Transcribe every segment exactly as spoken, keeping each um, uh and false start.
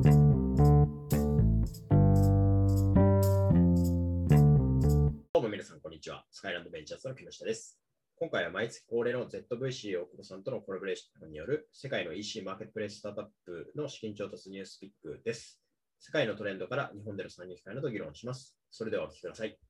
どうも皆さん、こんにちは。スカイランドベンチャーズの木下です。今回は毎月恒例の ゼットブイシー 大久保さんとのコラボレーションによる世界の イーシー マーケットプレイススタートアップの資金調達ニュースピックです。世界のトレンドから日本での参入機会など議論します。それではお聞きください。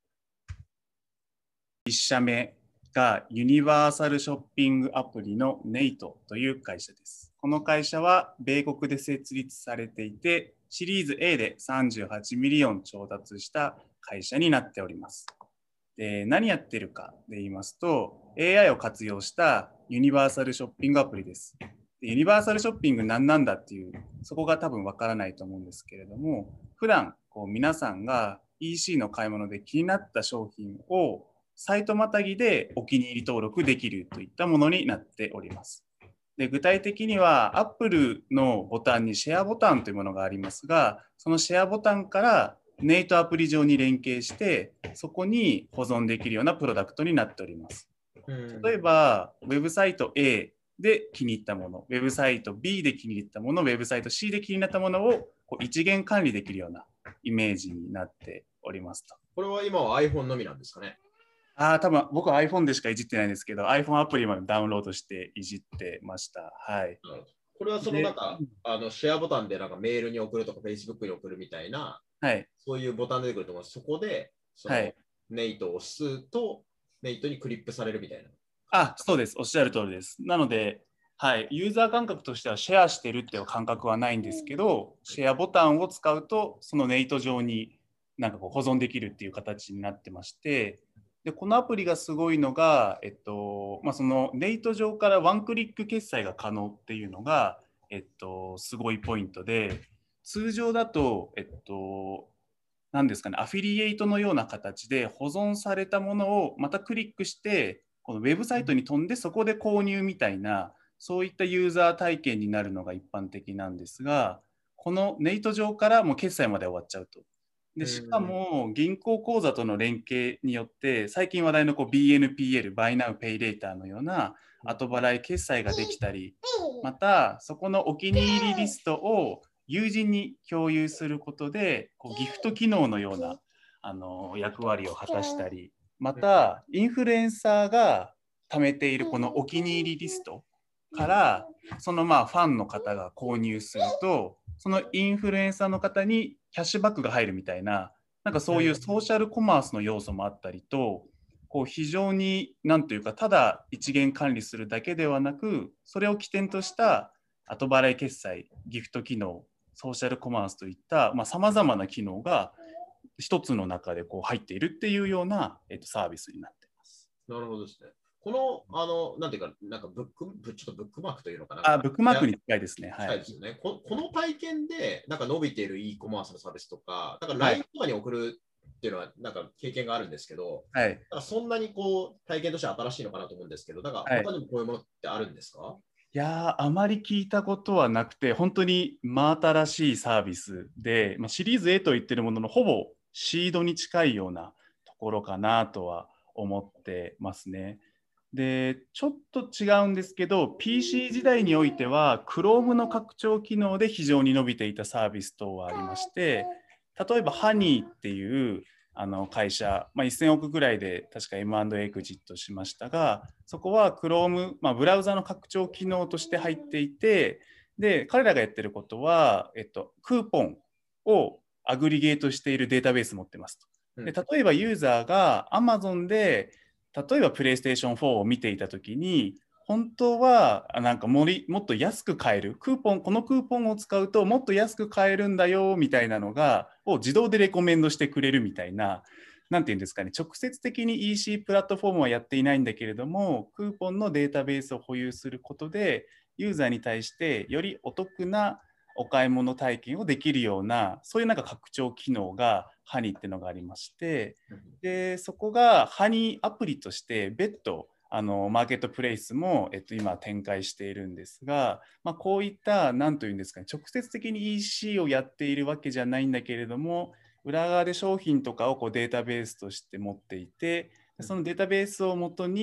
いっ社目がユニバーサルショッピングアプリのネイトという会社です。この会社は米国で設立されていて、シリーズ A でさんじゅうはちミリオン調達した会社になっております。で、何やってるかで言いますと、エーアイ を活用したユニバーサルショッピングアプリです。でユニバーサルショッピング何なんだっていう、そこが多分わからないと思うんですけれども、普段こう皆さんが イーシー の買い物で気になった商品をサイトまたぎでお気に入り登録できるといったものになっております。で具体的には Apple のボタンにシェアボタンというものがありますが、そのシェアボタンからネイトアプリ上に連携して、そこに保存できるようなプロダクトになっております。例えば、ウェブサイト A で気に入ったもの、ウェブサイト B で気に入ったもの、ウェブサイト C で気になったものをこう一元管理できるようなイメージになっておりますと。 これは今は iPhone のみなんですかね。 ああ、多分僕は iPhone でしかいじってないんですけど、iPhone アプリまでダウンロードしていじってました。はい。 これはそのなんか、あのシェアボタンでなんかメールに送るとか Facebook に送るみたいな、 はい、 そういうボタン出てくると思う。そこで、その、はい、ネイトを押すと、ネイトにクリップされるみたいな。 あ、そうです。おっしゃる通りです。なので、はい、ユーザー感覚としてはシェアしてるっていう感覚はないんですけど、シェアボタンを使うと、そのネイト上になんかこう保存できるっていう形になってまして、でこのアプリがすごいのが、えっとまあ、そのネイト上からワンクリック決済が可能っていうのが、えっと、すごいポイントで、通常だと、えっと、何ですかね、アフィリエイトのような形で保存されたものをまたクリックして、このウェブサイトに飛んでそこで購入みたいな、そういったユーザー体験になるのが一般的なんですが、このネイト上からもう決済まで終わっちゃうと。でしかも銀行口座との連携によって最近話題のこう ビーエヌピーエル バイナウペイレーターのような後払い決済ができたり、またそこのお気に入りリストを友人に共有することでこうギフト機能のようなあの役割を果たしたり、またインフルエンサーが貯めているこのお気に入りリストからそのまあファンの方が購入すると、そのインフルエンサーの方にキャッシュバックが入るみたいな、なんかそういうソーシャルコマースの要素もあったりと、こう非常に何というか、ただ一元管理するだけではなく、それを起点とした後払い決済、ギフト機能、ソーシャルコマースといったさまざ、まな機能が一つの中でこう入っているっていうような、えっと、サービスになっています。 なるほどですね。この、あの、なんていうか、なんかブック、ちょっとブックマークというのかな。 あ、ブックマークに近いですね。 はい。ですよね。ここの体験で、なんか伸びている e コマースのサービスとか、なんか ライン とかに送るっていうのは、なんか経験があるんですけど、 はい、 なんかそんなにこう、体験としては新しいのかなと思うんですけど、なんか他にもこういうものってあるんですか？はい、 いやあまり聞いたことはなくて、本当に真新しいサービスで、まあ、シリーズ A と言ってるもののほぼシードに近いようなところかなとは思ってますね。で、ちょっと違うんですけど、ピーシー 時代においては Chrome の拡張機能で非常に伸びていたサービス等はありまして、例えば Honey っていうあの会社、まあ、せんおくぐらいで確か エムアンドエー エグジットしましたが、そこは Chrome、まあ、ブラウザの拡張機能として入っていて、で彼らがやってることは、えっと、クーポンをアグリゲートしているデータベース持ってますと。で例えばユーザーが Amazon で例えばプレイステーションフォーを見ていたときに、本当はなんかもりもっと安く買えるクーポン、このクーポンを使うともっと安く買えるんだよみたいなのがを自動でレコメンドしてくれるみたいな、なんていうんですかね、直接的に イーシー プラットフォームはやっていないんだけれども、クーポンのデータベースを保有することでユーザーに対してよりお得なお買い物体験をできるような、そういうなんか拡張機能がハニーっていうのがありまして、でそこがハニーアプリとして別途あのマーケットプレイスも、えっと、今展開しているんですが、まあ、こういった何というんですかね、直接的に イーシー をやっているわけじゃないんだけれども、裏側で商品とかをこうデータベースとして持っていて、そのデータベースをもとに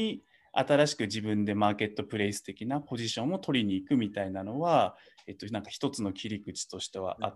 新しく自分でマーケットプレイス的なポジションを取りに行くみたいなのは、えっと、なんか一つの切り口としてはあって、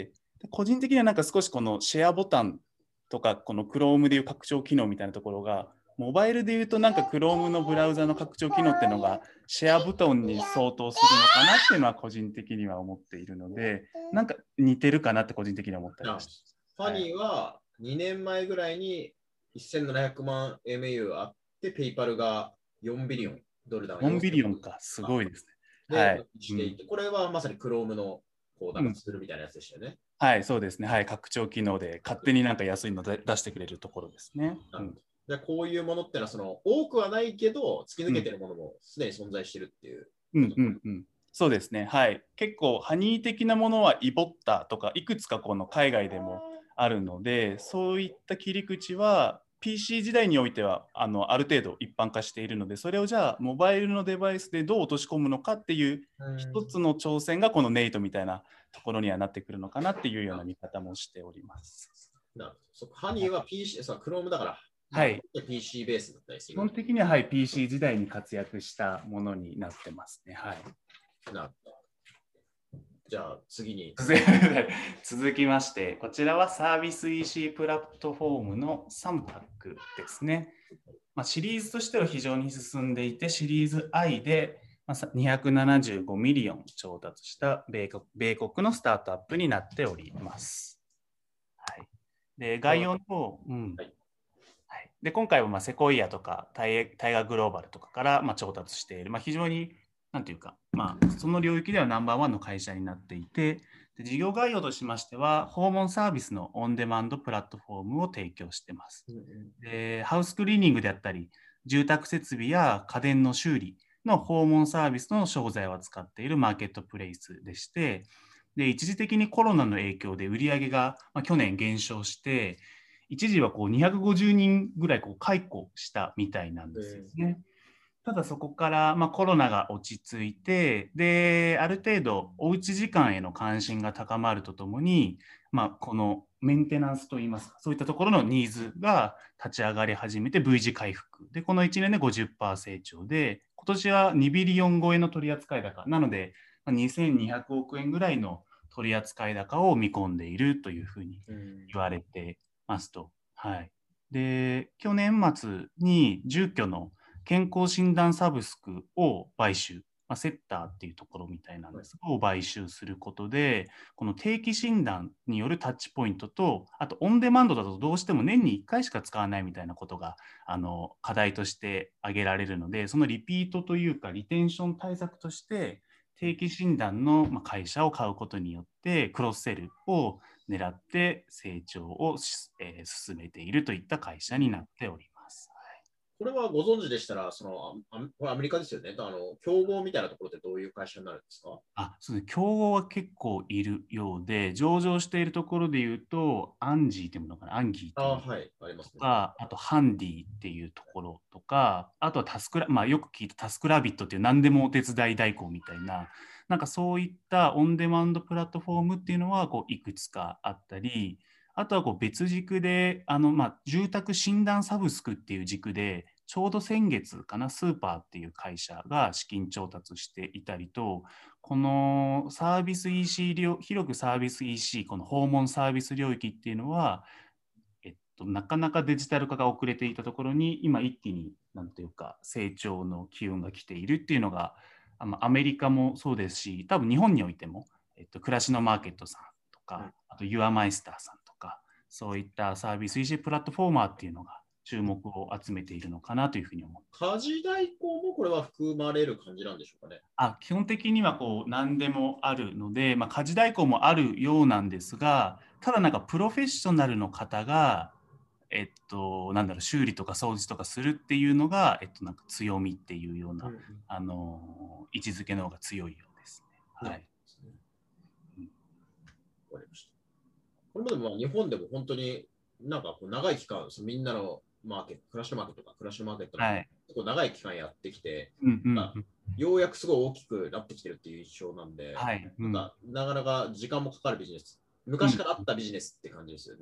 うん、個人的にはなんか少しこのシェアボタンとかこの Chrome でいう拡張機能みたいなところがモバイルでいうとなんか Chrome のブラウザの拡張機能っていうのがシェアボタンに相当するのかなっていうのは個人的には思っているので、なんか似てるかなって個人的には思ったりました。 ファニーはにねんまえぐらいにせんななひゃくまん エムエーユー あって、ペイパルがよんビリオンドルだ。 よんビリオンか、すごいですね。 で、 はい、 していて、うん、これはまさに Chrome のこうなんかツールみたいなやつでしたよね。 うん、はい、そうですね。はい、拡張機能で勝手になんか安いので出してくれるところですね。 うん、でこういうものってのはその多くはないけど突き抜けてるものもすでに存在してるっていう。 うんうんうん。そうですね。はい。結構ハニー的なものはイボッタとかいくつかこの海外でもあるので、そういった切り口は ピーシー 時代においてはあのある程度一般化しているので、それをじゃあモバイルのデバイスでどう落とし込むのかっていう一つの挑戦がこのネイトみたいなところにはなってくるのかなっていうような見方もしております。 なるほど。ハニーは ピーシー、そう、Chrome だから。 はい。 ピーシー ベースだったりする。 基本的には、はい、ピーシー 時代に活躍したものになってますね。はい。 なるほど。じゃあ次に。 続きまして、こちらはサービス イーシー プラットフォームのサムタックですね。まあ、シリーズとしては非常に進んでいて、シリーズ I でにひゃくななじゅうごミリオン調達した米国、米国のスタートアップになっております。はい、で概要の方、うんはいはい、で今回はまあセコイアとかタイガーグローバルとかからまあ調達している、まあ、非常になんていうか、まあ、その領域ではナンバーワンの会社になっていて、で事業概要としましては、訪問サービスのオンデマンドプラットフォームを提供しています。でハウスクリーニングであったり、住宅設備や家電の修理の訪問サービスの商材を扱っているマーケットプレイスでして、で一時的にコロナの影響で売り上げが、まあ、去年減少して、一時はこうにひゃくごじゅうにんぐらいこう解雇したみたいなんですよね。ただそこから、まあ、コロナが落ち着いて、である程度おうち時間への関心が高まるとともに、まあ、このメンテナンスといいますか、そういったところのニーズが立ち上がり始めて V 字回復で、このいちねんで ごじゅっパーセント 成長で、今年はにビリオン超えの取扱高なので、にせんにひゃくおくえんぐらいの取扱高を見込んでいるというふうに言われてますと。はい、で去年末に住居の健康診断サブスクを買収、まあ、セッターっていうところみたいなんですが、を買収することで、この定期診断によるタッチポイントと、あとオンデマンドだとどうしても年にいっかいしか使わないみたいなことがあの課題として挙げられるので、そのリピートというかリテンション対策として定期診断の会社を買うことによってクロスセルを狙って成長を、えー、進めているといった会社になっております。 これはご存知でしたら、そのアメリカですよね。あの競合みたいなところってどういう会社になるんですか？ あ、そうですね。競合は結構いるようで、上場しているところでいうと、アンジーっていうのかな、アンギーっていうのとか、 あ、はい、ありますね。 あとハンディっていうところとか、あとはタスクラ、まあ、よく聞いたタスクラビットっていう何でもお手伝い代行みたいな、なんかそういったオンデマンドプラットフォームっていうのはこういくつかあったり、あとはこう別軸で、あのまあ住宅診断サブスクっていう軸で、ちょうど先月かな、スーパーっていう会社が資金調達していたりと、このサービス イーシー、広くサービス イーシー、この訪問サービス領域っていうのは、えっと、なかなかデジタル化が遅れていたところに、今一気になんていうか成長の機運が来ているっていうのが、アメリカもそうですし、多分日本においても、えっと、暮らしのマーケットさんとか、あとユアマイスターさんとか、そういったサービス イーシー プラットフォーマーっていうのが注目を集めているのかなというふうに思って。 家事代行もこれは含まれる感じなんでしょうかね。 あ、基本的にはこう何でもあるので、まあ、家事代行もあるようなんですが、ただなんかプロフェッショナルの方が、えっと、なんだろう、修理とか掃除とかするっていうのが、えっと、なんか強みっていうような、うんうん、あの位置づけの方が強いようですね。はい。 わかりました。これまでも日本でも本当になんかこう長い期間、みんなのマーケット、クラッシュマーケットとか、クラッシュマーケットが結構長い期間やってきて、 うんうんうん、 ようやくすごい大きくなってきてるっていう印象なんで、 はい、うん、 なんかなかなか時間もかかるビジネス。昔からあったビジネスって感じですよね。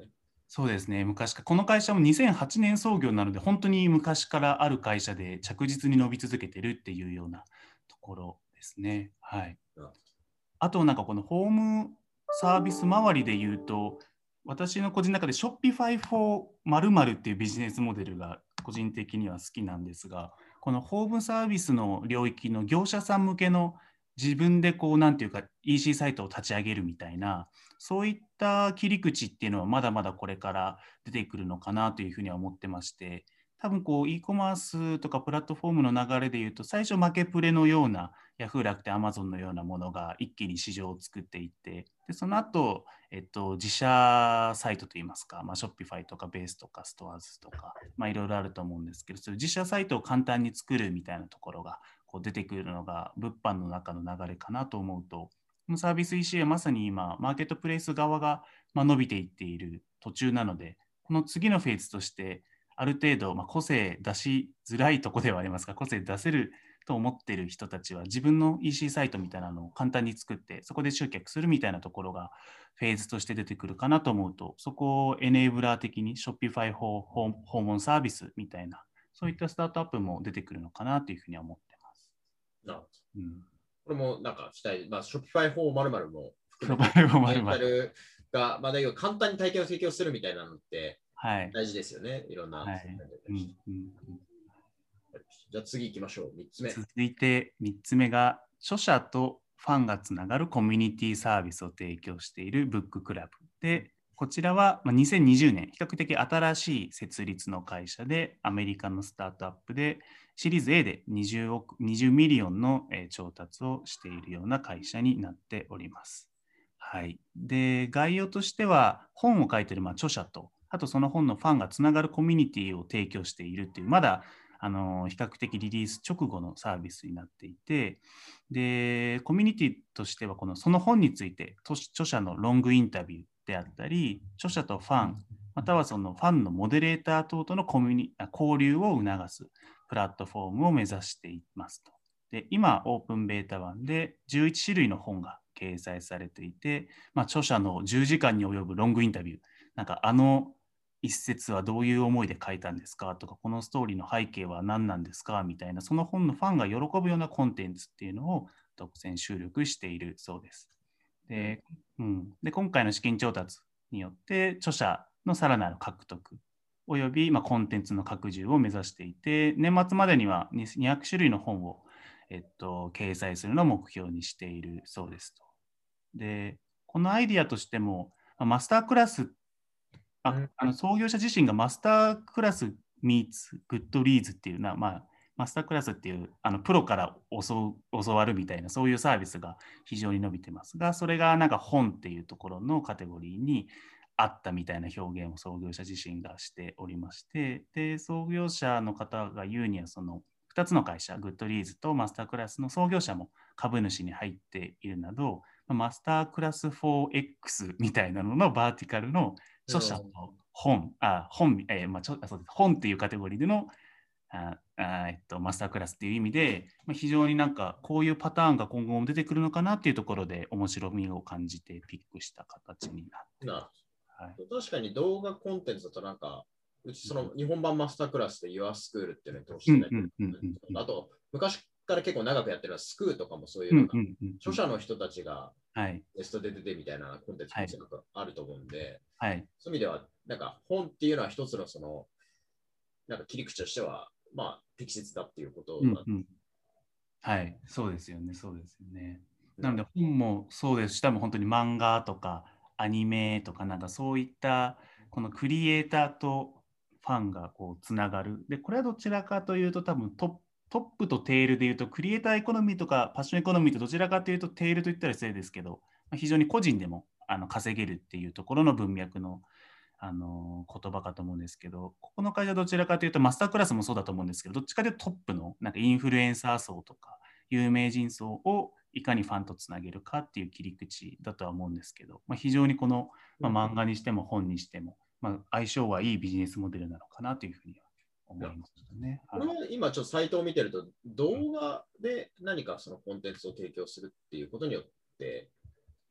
そうですね、昔から、この会社もにせんはちねん創業なので、本当に昔からある会社で着実に伸び続けてるっていうようなところですね。はい。 うん、 あと、なんかこのホームサービス周りで言うと、私の個人の中で Shopify for 〇〇っていうビジネスモデルが個人的には好きなんですが、このホームサービスの領域の業者さん向けの自分でこう、なんていうか イーシー サイトを立ち上げるみたいな、そういった切り口っていうのはまだまだこれから出てくるのかなというふうには思ってまして、多分こう e コマースとかプラットフォームの流れでいうと、最初負けプレのようなヤフー、楽天、アマゾンのようなものが一気に市場を作っていって、でその後、えっと、自社サイトといいますか、まあ、Shopify とかベースとかストアーズとか、まあ、いろいろあると思うんですけど、そういう自社サイトを簡単に作るみたいなところがこう出てくるのが物販の中の流れかなと思うと、このサービス イーシー はまさに今、マーケットプレイス側がまあ伸びていっている途中なので、この次のフェーズとして、ある程度、まあ、個性出しづらいところではありますが、個性出せると思っている人たちは自分の イーシー サイトみたいなのを簡単に作ってそこで集客するみたいなところがフェーズとして出てくるかなと思うと、そこをエネーブラー的に Shopify 訪問サービスみたいな、そういったスタートアップも出てくるのかなというふうには思ってます。 なるほど。 うん、 これもなんか期待、まあ、Shopify フォー 〇〇も含めて、 Shopify メンタルが、まあ、だけど簡単に体験を提供するみたいなのって大事ですよね。はい、いろんな。はい、うんうん、じゃあ次行きましょう。みっつめ。 続いてみっつめが、著者とファンがつながるコミュニティサービスを提供しているブッククラブで、こちらはにせんにじゅうねん、比較的新しい設立の会社で、アメリカのスタートアップで、シリーズ A でにじゅうおく、にじゅうミリオンの調達をしているような会社になっております。はい。で、概要としては、本を書いているまあ著者と、あとその本のファンがつながるコミュニティを提供しているという、まだあの比較的リリース直後のサービスになっていて、で、コミュニティとしては、このその本について、著者のロングインタビューであったり、著者とファン、またはそのファンのモデレーター等とのコミュニ交流を促すプラットフォームを目指していますと。で、今、オープンベータ版でじゅういち種類の本が掲載されていて、まあ、著者のじゅうじかんに及ぶロングインタビュー、なんかあの一節はどういう思いで書いたんですかとか、このストーリーの背景は何なんですかみたいな、その本のファンが喜ぶようなコンテンツっていうのを独占収録しているそうです。で、うん、で今回の資金調達によって著者のさらなる獲得およびまあコンテンツの拡充を目指していて、年末までにはにひゃく種類の本を、えっと、掲載するのを目標にしているそうですと。で、このアイディアとしても、マスタークラス、ああの創業者自身がマスタークラス meets Goodreads っていうな、まあ、マスタークラスっていうあのプロから教わるみたいなそういうサービスが非常に伸びてますが、それがなんか本っていうところのカテゴリーにあったみたいな表現を創業者自身がしておりまして、で創業者の方が言うにはそのふたつの会社、グッドリーズとマスタークラスの創業者も株主に入っているなど、マスタークラス フォーエックス みたいなののバーティカルの著者と本、あ本、えーまあ、ちょそうです本っていうカテゴリーでのああ、えっと、マスタークラスっていう意味で、まあ、非常になんかこういうパターンが今後も出てくるのかなっていうところで面白みを感じてピックした形になってな、はい、確かに動画コンテンツだとなんか、うちその日本版マスタークラスで YourSchool っていうのを通してない。あと、昔から結構長くやってるのはスクーとかもそういうなんか、著者の人たちがゲストで出てみたいなコンテンツもすごくあると思うんで、はい、そういう意味では、なんか本っていうのは一つのその、なんか切り口としては、まあ適切だっていうことだ、 うんうん、はい、そうですよね、そうですよね。なので本もそうですし、多分本当に漫画とかアニメとかなんかそういったこのクリエイターとファンがこうつながる。で、これはどちらかというと多分トップトップとテールでいうと、クリエイターエコノミーとかパッションエコノミーとどちらかというとテールと言ったら失礼ですけど、非常に個人でもあの稼げるっていうところの文脈の、あの言葉かと思うんですけど、ここの会社はどちらかというと、マスタークラスもそうだと思うんですけど、どっちかというとトップのなんかインフルエンサー層とか、有名人層をいかにファンとつなげるかっていう切り口だとは思うんですけど、まあ、非常にこの、まあ、漫画にしても本にしても、まあ、相性はいいビジネスモデルなのかなというふうには思いましたね。 これは今ちょっとサイトを見てると、動画で何かそのコンテンツを提供するっていうことによって、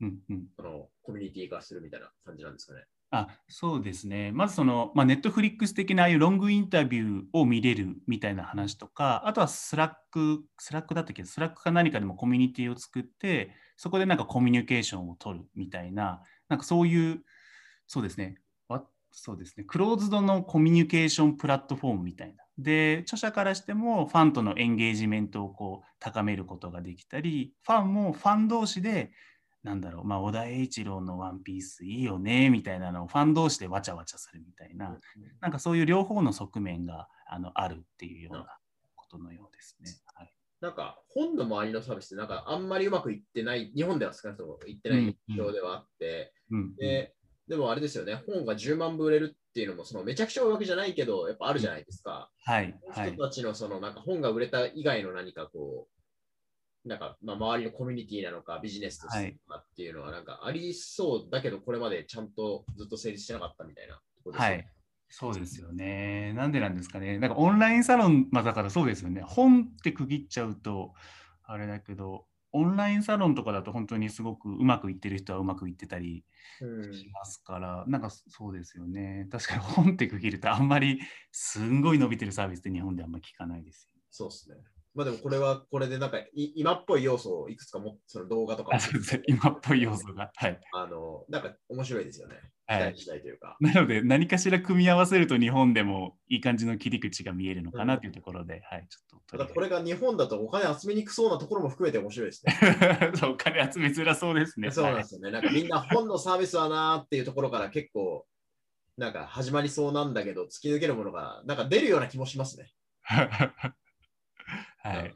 うんうん、 そのコミュニティ化するみたいな感じなんですかね。 あ、そうですね。まずその、まあ、ネットフリックス的なああいうロングインタビューを見れるみたいな話とか、あとはスラック、スラックだったっけ、スラックか何かでもコミュニティを作って、そこでなんかコミュニケーションを取るみたいな、なんかそういう、そうですね。わそうですね。クローズドのコミュニケーションプラットフォームみたいな。で、著者からしてもファンとのエンゲージメントをこう高めることができたり、ファンもファン同士でなんだろう、まあ、小田栄一郎のワンピースいいよね、みたいなのをファン同士でわちゃわちゃするみたいな、なんかそういう両方の側面があのあるっていうようなことのようですね。はい、 なんか本の周りのサービスってなんかあんまりうまくいってない、日本では少なくともいってないうん印象ではあって、 うんうんで、でもあれですよね、本がじゅうまん部売れるっていうのもそのめちゃくちゃ多いわけじゃないけど、やっぱあるじゃないですか。 はい、はい。 人たちのそのなんか本が売れた以外の何かこう、なんか、まあ、周りのコミュニティなのか、ビジネスとしてはいかっていうのは、なんかありそうだけど、これまでちゃんとずっと成立してなかったみたいなところですよね。 はい。そうですよね。なんでなんですかね。なんかオンラインサロン、まあだからそうですよね。本って区切っちゃうと、あれだけど、オンラインサロンとかだと本当にすごくうまくいってる人はうまくいってたりうん、 しますから、なんかそうですよね。確かに本って区切るとあんまりすんごい伸びてるサービスって日本であんまり聞かないですよね。 そうですね。まあでもこれはこれでなんかい今っぽい要素をいくつかもその動画とかあ、 もそうですね。今っぽい要素が。はい。 あのなんか面白いですよね。期はい。 待したいというか。 なので、何かしら組み合わせると日本でもいい感じの切り口が見えるのうん、 かなというところで、はい、ちょっとただ取り上げこれが日本だとお金集めにくそうなところも含めて面白いですね。 そう、お金集めづらそうですね。はい。 そうなんですよね。なんかみんな本のサービスはなーっていうところから結構なんか始まりそうなんだけど、突き抜けるものがなんか出るような気もしますね。 はい。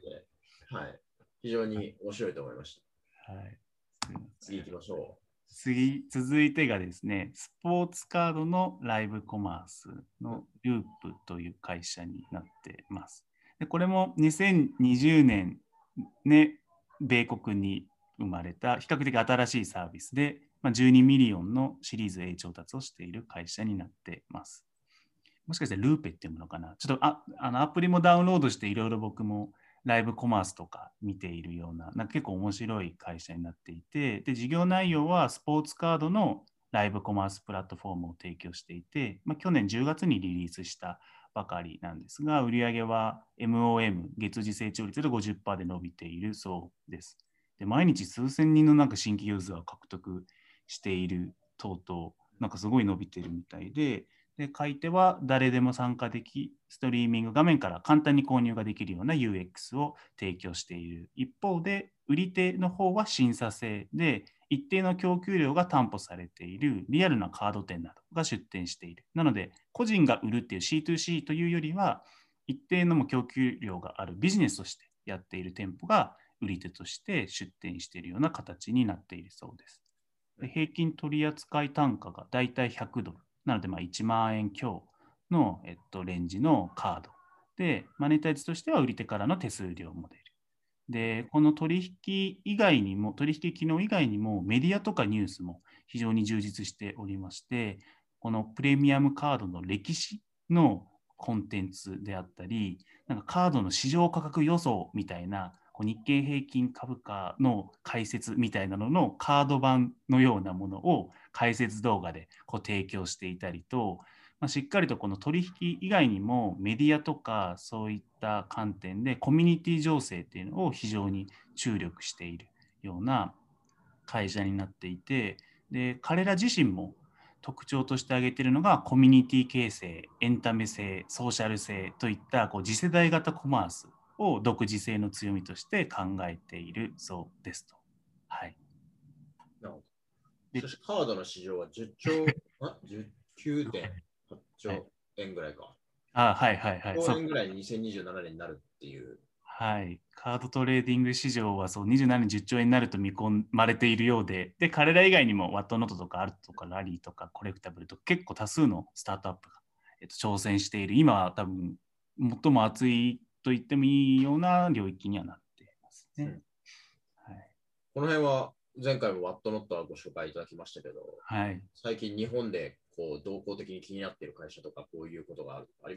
なので、はい。非常に面白いと思いました。 はい。 次行きましょ次、続いてがですね、スポーツカードのライブコマースのループという会社になっています。でこれもにせんにじゅうねんね、米国に生まれた比較的新しいサービスで、まあ、じゅうにミリオンのシリーズ A 調達をしている会社になっています。もしかしてルーペっていうものかな。ちょっとああのアプリもダウンロードしていろいろ僕もライブコマースとか見ているような、なんか結構面白い会社になっていて、で、事業内容はスポーツカードのライブコマースプラットフォームを提供していて、まあ、去年じゅうがつにリリースしたばかりなんですが、売上は エムオーエム、月次成長率で ごじゅっパーセント で伸びているそうです。で、毎日数千人のなんか新規ユーザーを獲得している等々、なんかすごい伸びてるみたいで、で、買い手は誰でも参加でき、ストリーミング画面から簡単に購入ができるような ユーエックス を提供している。一方で、売り手の方は審査制で、一定の供給量が担保されているリアルなカード店などが出店している。なので、個人が売るっていう シーツーシー というよりは、一定の供給量があるビジネスとしてやっている店舗が売り手として出店しているような形になっているそうです。で平均取扱単価がだいたいひゃくドル。なので、まあいちまん円強の、えっと、レンジのカード。で、マネタイズとしては売り手からの手数料モデル。で、この取引以外にも、取引機能以外にもメディアとかニュースも非常に充実しておりまして、このプレミアムカードの歴史のコンテンツであったり、なんかカードの市場価格予想みたいな、こう日経平均株価の解説みたいなののカード版のようなものを解説動画でこう提供していたりと、まあ、しっかりとこの取引以外にもメディアとかそういった観点でコミュニティ情勢っていうのを非常に注力しているような会社になっていて、で彼ら自身も特徴として挙げているのがコミュニティ形成、エンタメ性、ソーシャル性といったこう次世代型コマースを独自性の強みとして考えているそうですと。はい。 う。なるほど。しかしカードの市場はじゅっちょう、あ じゅうきゅうてんはちちょう円ぐらいか。 あ、はいはいはい。 兆そう。 円ぐらいににせんにじゅうななねんになるっていう。 はい。カードトレーディング市場はそうにじゅうななねんじゅっちょう円になると見込まれているようで、で、彼ら以外にもワットノートとかアルトとかラリーとかコレクタブルとか結構多数のスタートアップが、えっと、挑戦している、今は多分最も熱いと言ってもいいような領域にはなっていますね。うん、 はい、この辺は前回もワットノットはご紹介いただきましたけど、 はい、 最近日本でこう動向的に気になっている会社とかこういうことがありますか？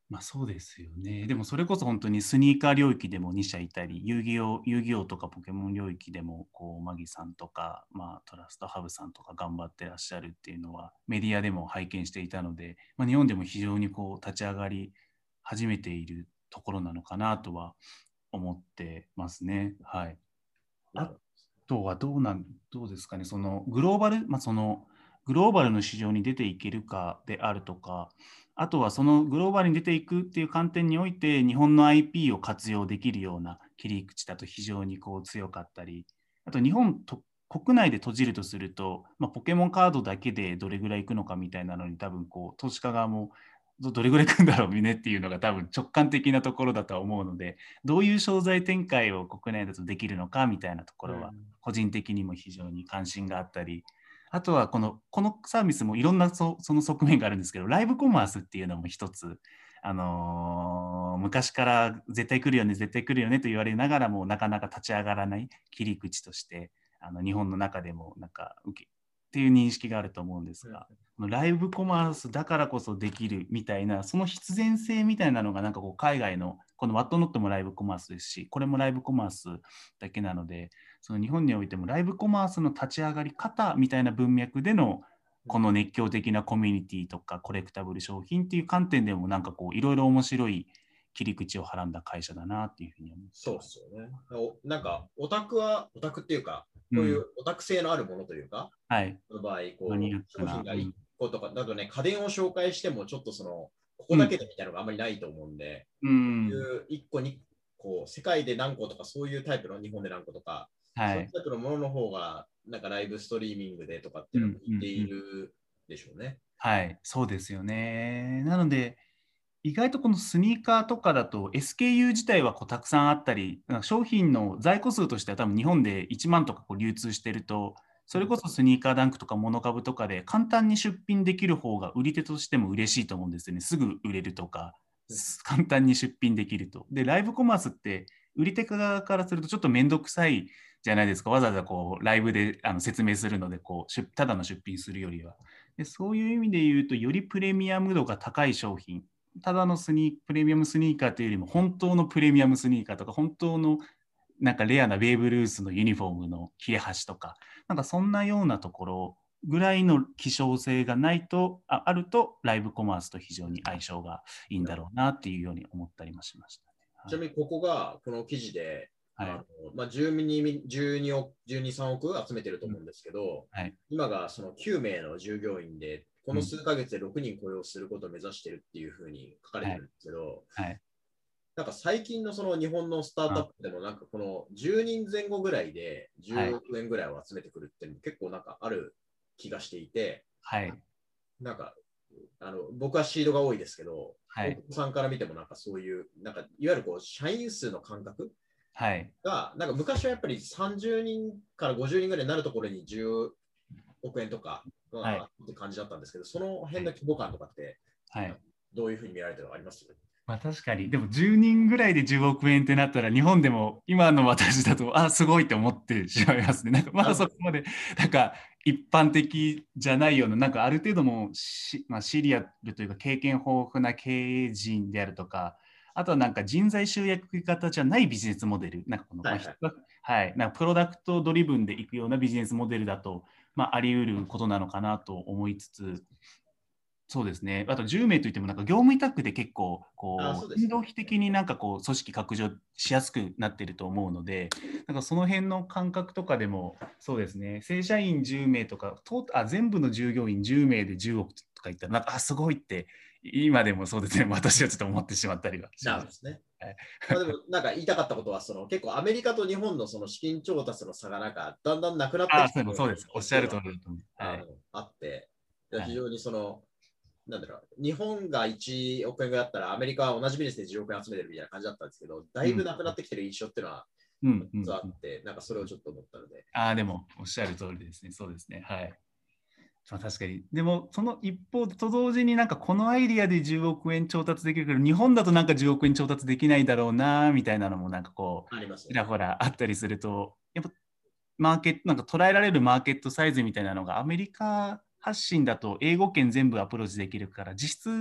まあそうですよね。でもそれこそ本当にスニーカー領域でもに社いたり、遊戯王、遊戯王とかポケモン領域でもこうマギさんとか、まあ、トラストハブさんとか頑張ってらっしゃるっていうのはメディアでも拝見していたので、まあ、日本でも非常にこう立ち上がり始めているところなのかなとは思ってますね。はい。あとはどうなん、どうですかね、そのグローバル、まあ、そのグローバルの市場に出ていけるかであるとか、あとはそのグローバルに出ていくっていう観点において、日本の アイピー を活用できるような切り口だと非常にこう強かったり、あと日本と国内で閉じるとすると、まあ、ポケモンカードだけでどれぐらいいくのかみたいなのに、多分こう投資家側もどどれぐらいいくんだろうねっていうのが多分直感的なところだとは思うので、どういう商材展開を国内だとできるのかみたいなところは、個人的にも非常に関心があったり、あとはこのこのサービスもいろんな そ, その側面があるんですけど、ライブコマースっていうのも一つ、あのー昔から絶対来るよね絶対来るよねと言われながらもなかなか立ち上がらない切り口として、あの日本の中でもなんか受けっていう認識があると思うんですが、うん、ライブコマースだからこそできるみたいな、その必然性みたいなのがなんかこう海外のこのワットノットもライブコマースですし、これもライブコマースだけなので、その日本においてもライブコマースの立ち上がり方みたいな文脈でのこの熱狂的なコミュニティとかコレクタブル商品っていう観点でもなんかこういろいろ面白い切り口をはらんだ会社だなっていうふうに思ってます。 そうですよね。おなんかオタクはオタクっていうか、こういうオタク性のあるものというか、 うん、はい、 の場合こうマニアックな商品がいっことか、だとね、家電を紹介してもちょっとそのここだけでみたいなのがあんまりないと思うんで、 うん、 いっこにこう世界で何個とかそういうタイプの日本で何個とか、 はい、 そういうタイプのものの方がなんかライブストリーミングでとかっていうのも言っているでしょうね。うんうんうん、 はい、そうですよね。なので意外とこのスニーカーとかだと エスケーユー 自体はこうたくさんあったり、商品の在庫数としては多分日本でいちまんとかこう流通してると、それこそスニーカーダンクとかモノ株とかで簡単に出品できる方が売り手としても嬉しいと思うんですよね。すぐ売れるとか、簡単に出品できると。で、ライブコマースって売り手側からするとちょっと面倒くさいじゃないですか。わざわざこうライブであの説明するのでこう、ただの出品するよりは。でそういう意味で言うと、よりプレミアム度が高い商品、ただのスニープレミアムスニーカーというよりも本当のプレミアムスニーカーとか本当のなんかレアなベーブ・ルースのユニフォームの切れ端とか、なんかそんなようなところぐらいの希少性がないと あ, あるとライブコマースと非常に相性がいいんだろうなっていうように思ったりもしました、ね、 ちなみにここがこの記事で、はい、あのまあ、じゅうに、じゅうにおく、じゅうに、さんおく集めてると思うんですけど、 はい、 今がそのきゅうめいの従業員で、この数ヶ月でろくにん雇用することを目指してるっていうふうに書かれてるんですけど、はいはい、なんか最近のその日本のスタートアップでもなんかこのじゅうにんぜん後ぐらいでじゅうおくえんぐらいを集めてくるっていうのも結構なんかある気がしていて、はい、なんかあの僕はシードが多いですけど、はい、大久保さんから見てもなんかそういうなんかいわゆるこう社員数の感覚が、はい、なんか昔はやっぱりさんじゅうにんからごじゅうにんぐらいになるところにじゅうおくえんとかがって感じだったんですけど、その辺の規模感とかって、はい、どういうふうに見られてるのあります？ まあ、確かに。でもじゅうにんぐらいでじゅうおくえんってなったら、日本でも今の私だと、あ、すごいって思ってしまいますね。なんかまだそこまで、なんか一般的じゃないような、なんかある程度もし、まあ、シリアルというか経験豊富な経営陣であるとか、あとはなんか人材集約型じゃないビジネスモデル、なんかこの、はい、はいはい、なんかプロダクトドリブンでいくようなビジネスモデルだと、まあ、あり得ることなのかなと思いつつ、そうですね。あとじゅうめいといってもなんか業務委託で結構こう運動費的になんかこう組織拡張しやすくなっていると思うので、なんかその辺の感覚とかでもそうですね。正社員じゅうめいとかあ全部の従業員じゅうめいでじゅうおくとか言ったらなんかあすごいって今でもそうですね。私はちょっと思ってしまったりはします。 なるほどですね。はい、まあでもなんか言いたかったことはその結構アメリカと日本のその資金調達の差がなんかだんだんなくなってきてる。 あそうです。おっしゃる通りだと思う。 はい、あって、非常にその、はいなんだろう日本がいちおくえんぐらいだったらアメリカは同じビジネスでじゅうおくえん集めてるみたいな感じだったんですけど、だいぶなくなってきてる印象っていうのは実はあって、うんうん、なんかそれをちょっと思ったので。 ああ、でもおっしゃる通りですね。そうですね。はい。まあ、確かに。でも、その一方と同時になんかこのアイディアでじゅうおくえん調達できるけど、日本だとなんかじゅうおくえん調達できないだろうな、みたいなのもなんかこう、ちらほらあったりすると、やっぱマーケット、なんか捉えられるマーケットサイズみたいなのがアメリカ発信だと英語圏全部アプローチできるから、実質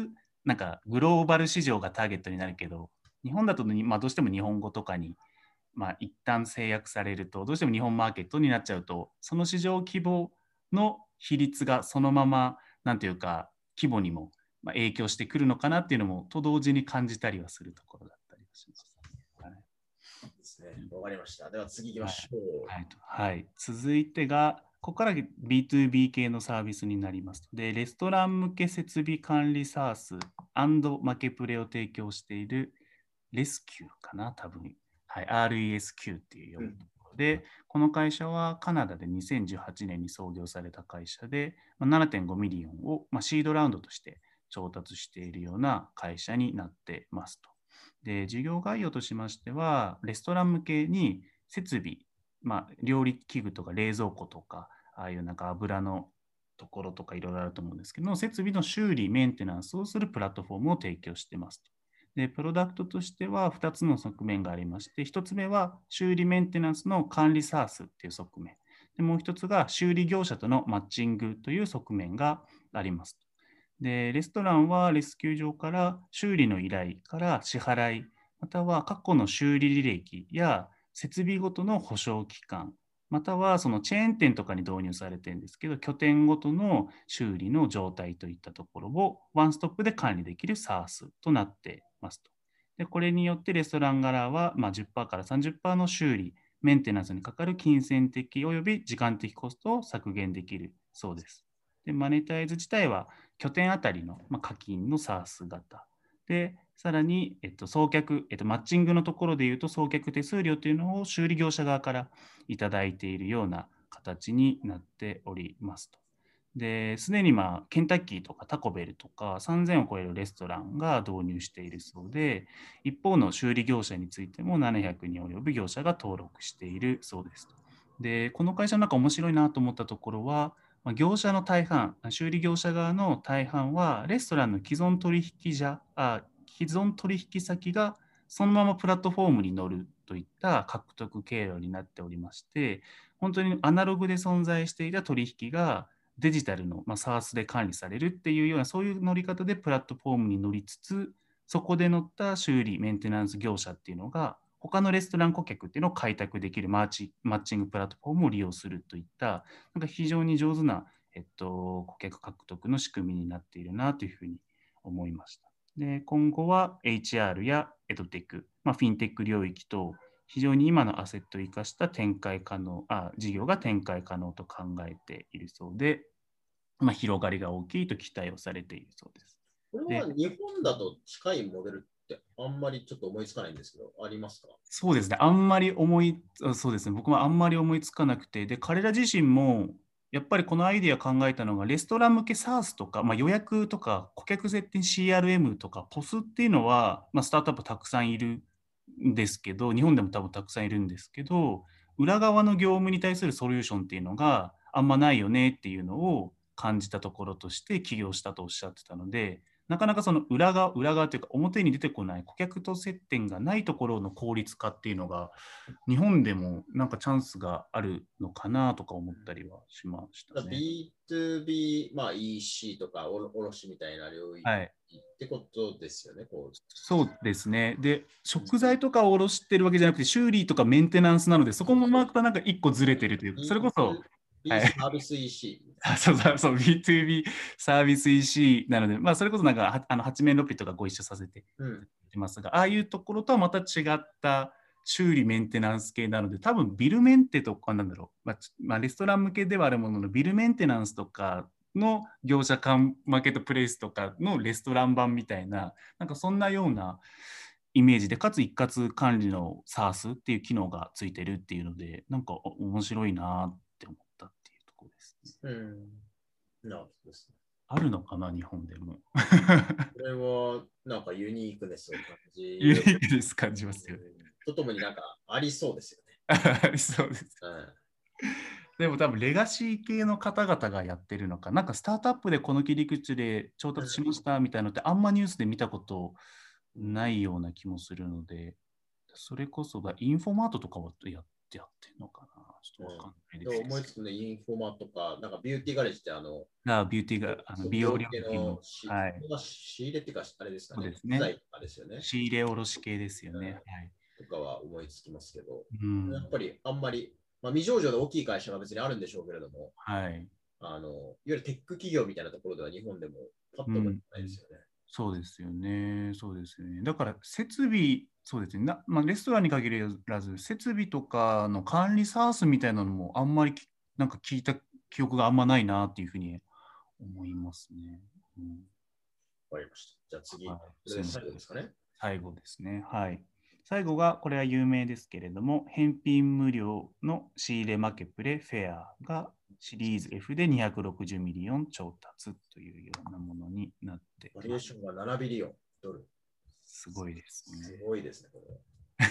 なんかグローバル市場がターゲットになるけど、日本だと、まあ、どうしても日本語とかに、まあ、一旦制約されると、どうしても日本マーケットになっちゃうと、その市場規模の比率がそのまま、なんていうか、規模にもまあ影響してくるのかなっていうのも、と同時に感じたりはするところだったりします。はい、 ですね。わかりました。では次行きましょう。 はいはいはい、続いてが、ここから ビーツービー 系のサービスになります。で、レストラン向け設備管理サース&マケプレを提供しているレスキューかな、多分。はい、アールイーエスキュー っていう読むところで、うん、この会社はカナダでにせんじゅうはちねんに創業された会社で、ななてんごミリオンを、まあ、シードラウンドとして調達しているような会社になってますと。で、事業概要としましては、レストラン向けに設備、まあ、料理器具とか冷蔵庫とか、ああいうなんか油のところとかいろいろあると思うんですけど、設備の修理、メンテナンスをするプラットフォームを提供していますと。で、プロダクトとしてはふたつの側面がありまして、ひとつめは修理メンテナンスの管理サースっていう側面。で、もうひとつが修理業者とのマッチングという側面があります。で、レストランはレスキュー場から修理の依頼から支払い、または過去の修理履歴や設備ごとの保証期間、またはそのチェーン店とかに導入されてるんですけど、拠点ごとの修理の状態といったところをワンストップで管理できる SaaS となってますと。で、これによってレストラン側はまあ じゅっパーセント から さんじゅっパーセント の修理、メンテナンスにかかる金銭的および時間的コストを削減できるそうです。で、マネタイズ自体は拠点あたりの、まあ、課金の SaaS 型。で、さらに、えっと、送客、えっと、マッチングのところでいうと、送客手数料というのを修理業者側からいただいているような形になっておりますと。で、すでに、まあ、ケンタッキーとかタコベルとかさんぜんを超えるレストランが導入しているそうで、一方の修理業者についてもななひゃくに及ぶ業者が登録しているそうですと。で、この会社の中面白いなと思ったところは、業者の大半、修理業者側の大半は、レストランの既存取引者、あ既存取引先がそのままプラットフォームに乗るといった獲得経路になっておりまして、本当にアナログで存在していた取引がデジタルの、まあ、SaaS で管理されるっていうような、そういう乗り方でプラットフォームに乗りつつ、そこで乗った修理、メンテナンス業者っていうのが、他のレストラン顧客っていうのを開拓できるマーチマッチングプラットフォームを利用するといった、なんか非常に上手な、えっと、顧客獲得の仕組みになっているなというふうに思いました。で、今後は エイチアール やエドテック、まあ、フィンテック領域と非常に今のアセットを生かした展開可能、あ、事業が展開可能と考えているそうで、まあ、広がりが大きいと期待をされているそうです。 これは日本だと近いモデルってあんまりちょっと思いつかないんですけど、ありますか？ そうですね、あんまり思い、そうですね、僕もあんまり思いつかなくて、で、彼ら自身も、やっぱりこのアイディア考えたのが、レストラン向け SaaS とか、まあ、予約とか、顧客設定 シーアールエム とか、ポスっていうのは、まあ、スタートアップたくさんいるんですけど、日本でも多分たくさんいるんですけど、裏側の業務に対するソリューションっていうのがあんまないよねっていうのを感じたところとして起業したとおっしゃってたので、なかなかその裏側、裏側というか表に出てこない顧客と接点がないところの効率化っていうのが日本でもなんかチャンスがあるのかなとか思ったりはしましたね。 ビーツービー、まあ イーシー とか卸みたいな領域ってことですよね。はい、こうそうですね。で、食材とかを卸してるわけじゃなくて修理とかメンテナンスなので、そこもまたなんか一個ずれてるというか、それこそ、 はい、サービス イーシー。そうそうそう、ビーツービー サービス イーシー なので、まあ、それこそなんか、あの八面六臂とかご一緒させていますが、うん、ああいうところとはまた違った修理メンテナンス系なので、多分ビルメンテとかなんだろう、まあ、まあ、レストラン向けではあるものの、ビルメンテナンスとかの業者間マーケットプレイスとかのレストラン版みたいな、なんかそんなようなイメージで、かつ一括管理の SaaS っていう機能がついてるっていうので、なんか面白いなって思ったっていうところですね。 うん。なるほどですね。 あるのかな、日本でも。 これはなんかユニークネスを感じユニークネス感じますよね。 とともになんかありそうですよね。 ありそうです。うんでも多分レガシー系の方々がやってるのか、なんかスタートアップでこの切り口で調達しましたみたいなのってあんまニュースで見たことないような気もするので、それこそがインフォマートとかはやってやってるのかな。 ちょっとわかんないでです。 思いつくね、インフォマとか、なんかビューティーガレージってあの、 あビューティーが、あの美容領域の、 系のし、 はい。 仕入れっていうか、あれですかね、 そうですね。 機材とかですよね。 仕入れ卸系ですよね。 うんはい。 とかは思いつきますけど、 うん、 やっぱりあんまり、まあ、未上場で大きい会社が別にあるんでしょうけれども、 はい。 あのいわゆるテック企業みたいなところでは日本でもパッと思いうん、 ないですよね。 そうですよね。そうですよね。だから設備、そうですね。なまあ、レストランに限らず、設備とかの管理サースみたいなのもあんまりきなんか聞いた記憶があんまないなっていうふうに思いますね。うん、 わかりました。じゃあ次、 はい、 これで最後ですかね。 最後ですね。はい。最後が、これは有名ですけれども、返品無料の仕入れ負けプレフェアがシリーズ F でにひゃくろくじゅうミリオン調達というようなものになってバリエーションがななビリオンドル。 すごいですね。 すごいですね、これ。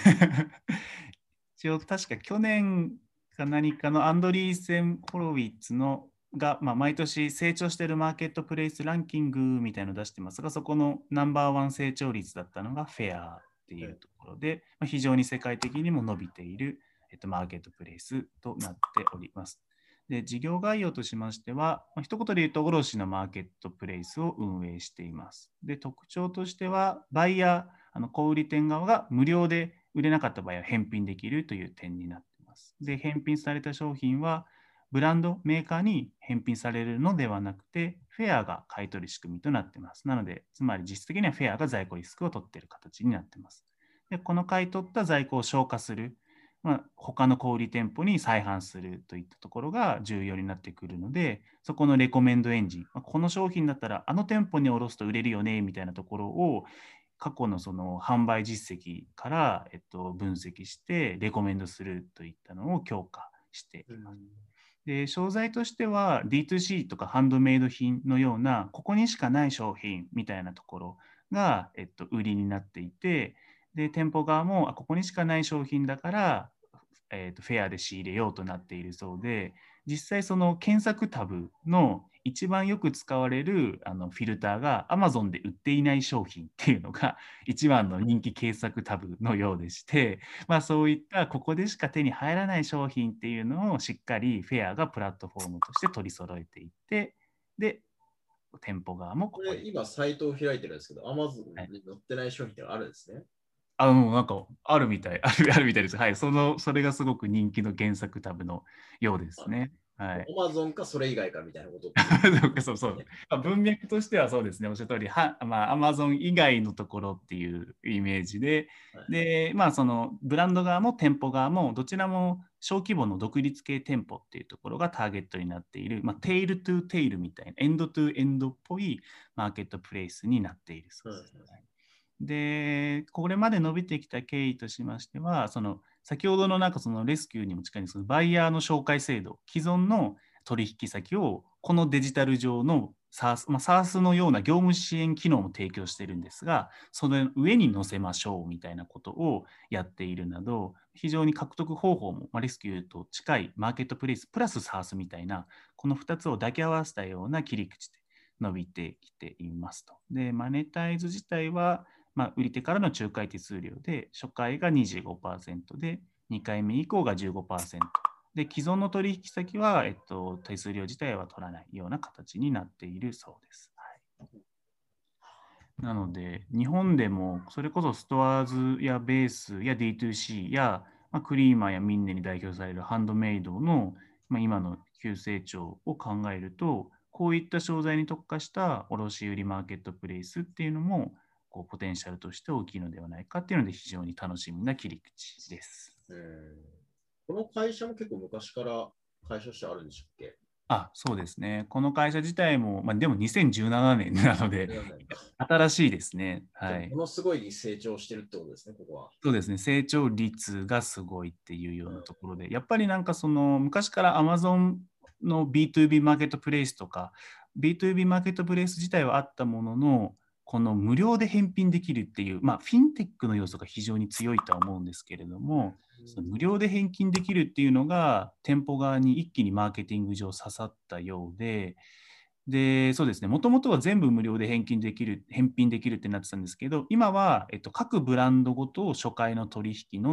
一応、確か去年か何かのアンドリーセン・ホロウィッツのが、まあ、毎年成長しているマーケットプレイスランキングみたいなのを出してますが、そこのナンバーワン成長率だったのがフェアっていうところで、まあ、非常に世界的にも伸びている、えっと、マーケットプレイスとなっております。で、事業概要としましては、まあ、一言で言うと、卸のマーケットプレイスを運営しています。で、特徴としては、バイヤー、あの小売店側が無料で売れなかった場合は返品できるという点になっています。で、返品された商品は、ブランド、メーカーに返品されるのではなくて、フェアが買い取る仕組みとなっています。なので、つまり実質的にはフェアが在庫リスクを取っている形になっています。で、この買い取った在庫を消化する、まあ、他の小売店舗に再販するといったところが重要になってくるので、そこのレコメンドエンジン、この商品だったらあの店舗に卸すと売れるよねみたいなところを過去のその販売実績から、えっと、分析してレコメンドするといったのを強化しています。で、商材としては ディーツーシー とかハンドメイド品のようなここにしかない商品みたいなところが、えっと、売りになっていて、で、店舗側もあここにしかない商品だから、えっと、フェアで仕入れようとなっているそうで、実際その検索タブの一番よく使われるあのフィルターが Amazon で売っていない商品っていうのが一番の人気検索タブのようでして、まあ、そういったここでしか手に入らない商品っていうのをしっかりフェアがプラットフォームとして取り揃えていって、で、店舗側もここで。 これ今サイトを開いてるんですけど、Amazon に載ってない商品ってあるんですね。 あの、なんか、あるみたい、あるあるみたいです。はい。その、それがすごく人気の原作タブのようですね。はい。 Amazon かそれ以外かみたいなこと。 そうそう。まあ、文脈としてはそうですね。おっしゃる通り、は、まあ、Amazon 以外のところっていうイメージで、 はい、 で、まあ、その、ブランド側も店舗側も、どちらも小規模の独立系店舗っていうところがターゲットになっている、まあ、テイルトゥテイルみたいな、エンドトゥエンドっぽいマーケットプレイスになっているそうです。はい、で、これまで伸びてきた経緯としましては、その先ほどのなんかそのレスキューにも近いんですけど、バイヤーの紹介制度、既存の取引先をこのデジタル上の SaaS、まあ、SaaS のような業務支援機能も提供しているんですが、その上に載せましょうみたいなことをやっているなど、非常に獲得方法も、まあ、レスキューと近いマーケットプレイスプラス SaaS みたいな、このふたつを抱き合わせたような切り口で伸びてきていますと。で、マネタイズ自体は、まあ、売り手からの仲介手数料で、初回が にじゅうごパーセント で、にかいめ以降が じゅうごパーセント。で、既存の取引先は、えっと、手数料自体は取らないような形になっているそうです。はい、なので、日本でもそれこそストアーズやベースや ディーツーシー や、まあ、クリーマーやミンネに代表されるハンドメイドの、まあ、今の急成長を考えると、こういった商材に特化した卸売マーケットプレイスっていうのも、こうポテンシャルとして大きいのではないかっていうので、非常に楽しみな切り口です。 うん、この会社も結構昔から会社としてあるんでしたっけ？ あ、そうですね。この会社自体も、まあ、でもにせんじゅうななねんなので、新しいですね。はい。 ものすごい成長してるってことですね、ここは。 そうですね。成長率がすごいっていうようなところで、やっぱりなんかその昔から Amazon の ビーツービー マーケットプレイスとか、ビーツービー マーケットプレイス自体はあったものの、この無料で返品できるっていう、まあ、フィンテックの要素が非常に強いとは思うんですけれども、その無料で返金できるっていうのが店舗側に一気にマーケティング上刺さったようで、で、そうですね、もともとは全部無料で返金できる、返品できるってなってたんですけど、今は、えっと、各ブランドごと初回の取引のみ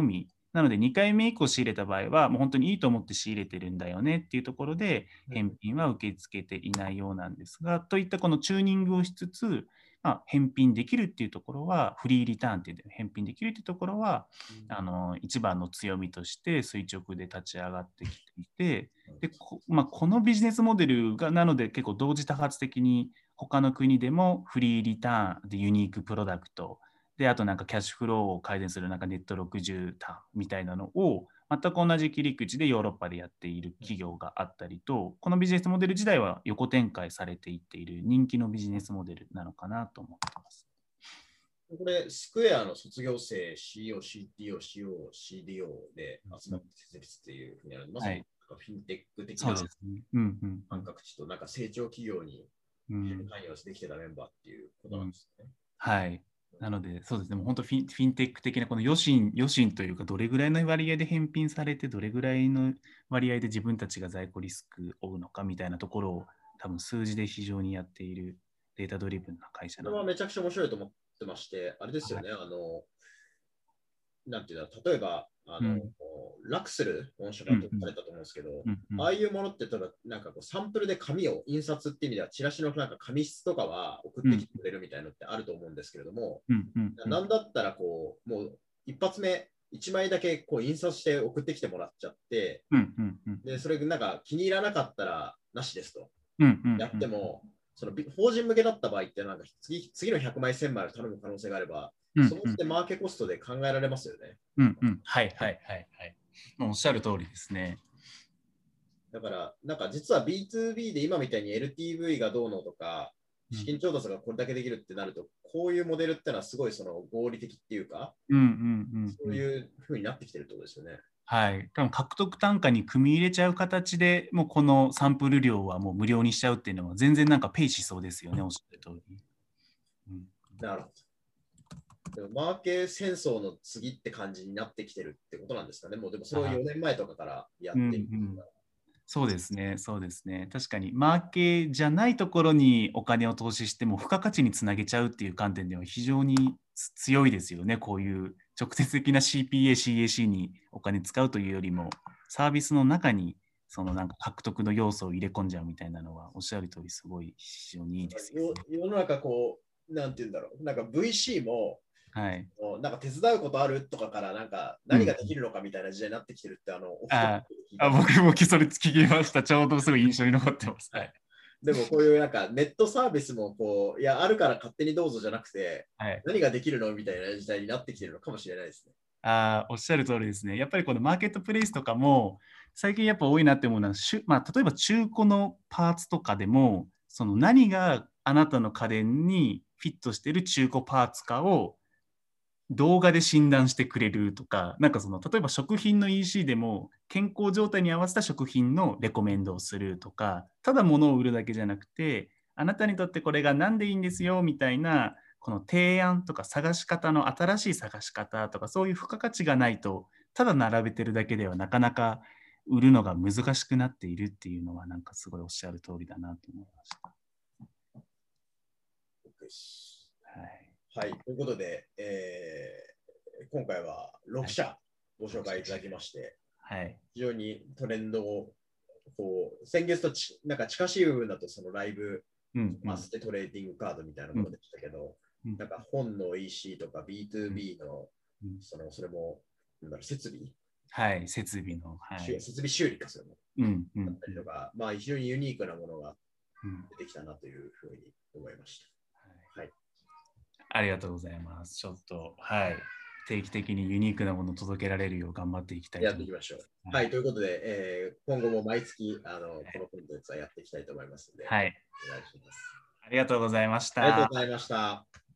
なのでにかいめ以降仕入れた場合は、もう本当にいいと思って仕入れてるんだよねっていうところで、返品は受け付けていないようなんですが、といったこのチューニングをしつつ、まあ、返品できるっていうところは、フリーリターンっていう返品できるっていうところは、 うん、 あの一番の強みとして垂直で立ち上がってきていて、でこまあ、このビジネスモデルがなので結構同時多発的に他の国でもフリーリターンでユニークプロダクトで、あとなんかキャッシュフローを改善するなんかネットろくじゅうターンみたいなのを全く同じ切り口でヨーロッパでやっている企業があったりと、このビジネスモデル自体は横展開されていっている人気のビジネスモデルなのかなと思っています。 これ、スクエアの卒業生 シーイーオー、シーティーオー、シーオー、シーディーオー で集まって設立っていうふうになる、まさにフィンテック的な感覚値となんか成長企業に関与できてたメンバーっていうことなんですね。 うんうん、はい。なので、そうですね、もう本当フィン、フィンテック的なこの余震、余震というか、どれぐらいの割合で返品されて、どれぐらいの割合で自分たちが在庫リスクを負うのかみたいなところを、多分数字で非常にやっているデータドリブンな会社なので。 これはめちゃくちゃ面白いと思ってまして、あれですよね、はい、あの、なんていうの、例えば、あの、うん、ラクスル本社が取られたと思うんですけど、うんうん、ああいうものってただなんかこうサンプルで紙を印刷っていう意味ではチラシのなんか紙質とかは送ってきてくれるみたいなのってあると思うんですけれども、うんうんうん、なんだったらこうもう一発目いちまいだけこう印刷して送ってきてもらっちゃって、うんうんうん、でそれなんか気に入らなかったらなしですと、うんうんうん、やってもその法人向けだった場合ってなんか 次, 次のひゃくまいせんまいを頼む可能性があれば、うんうん、そのってマーケコストで考えられますよね。 うんうん、はいはいはいはい。もうおっしゃる通りですね。 だから、なんか実は ビーツービー で今みたいに エルティーブイ がどうのとか、資金調達がこれだけできるってなると、こういうモデルってのはすごいその合理的っていうか、うんうんうんうん、そういうふうになってきてるってことですよね。 はい、多分獲得単価に組み入れちゃう形でもうこのサンプル量はもう無料にしちゃうっていうのは全然なんかペイしそうですよね、おっしゃる通り。 うん、なるほど。でもマーケ戦争の次って感じになってきてるってことなんですかね。もうでもそれをよねんまえとかからやっている、うんうん。 そうですね、そうですね。確かにマーケじゃないところにお金を投資しても付加価値につなげちゃうっていう観点では非常に強いですよね。こういう直接的な シーピーエー、シーエーシー にお金使うというよりもサービスの中にそのなんか獲得の要素を入れ込んじゃうみたいなのはおっしゃる通りすごい非常にいいですよ、ね、 世の中こう、なんて言うんだろう、なんか ブイシー も、 はい、 なんか手伝うことあるとかからなんか何ができるのかみたいな時代になってきてるって、うん、あのああ僕もそれ聞きました。ちょうどすごい印象に残ってます。はい、 でもこういうなんかネットサービスもこういやあるから勝手にどうぞじゃなくて、はい、何ができるのみたいな時代になってきてるのかもしれないですね。 あおっしゃる通りですね。やっぱりこのマーケットプレイスとかも最近やっぱ多いなって思うのは、まあ、例えば中古のパーツとかでもその何があなたの家電にフィットしている中古パーツかを動画で診断してくれるとか、なんかその例えば食品の イーシー でも健康状態に合わせた食品のレコメンドをするとか、ただ物を売るだけじゃなくて、あなたにとってこれが何でいいんですよみたいなこの提案とか探し方の新しい探し方とか、そういう付加価値がないとただ並べてるだけではなかなか売るのが難しくなっているっていうのはなんかすごいおっしゃる通りだなと思いました。 はい、はい、ということで、えー、今回はろくしゃご紹介いただきまして、はい、非常にトレンドをこう先月とちなんか近しい部分だとそのライブ、うんうん、マステトレーディングカードみたいなものでしたけど、うん、なんか本の イーシー とか ビーツービー の、うん、そのそれもなんだろう設備、 はい、設備の、はい、 設備修理かそれも、うんうん、だったりとか、まあ非常にユニークなものが出てきたなというふうに思いました。はい、はい、 ありがとうございます。ちょっと、はい。定期的にユニークなものを届けられるよう頑張っていきたいと思います。やっていきましょう。はい、はい、ということで、えー、今後も毎月あの、はい、このコンテンツはやっていきたいと思いますので、 はい、 お願いします。 ありがとうございました。 ありがとうございました。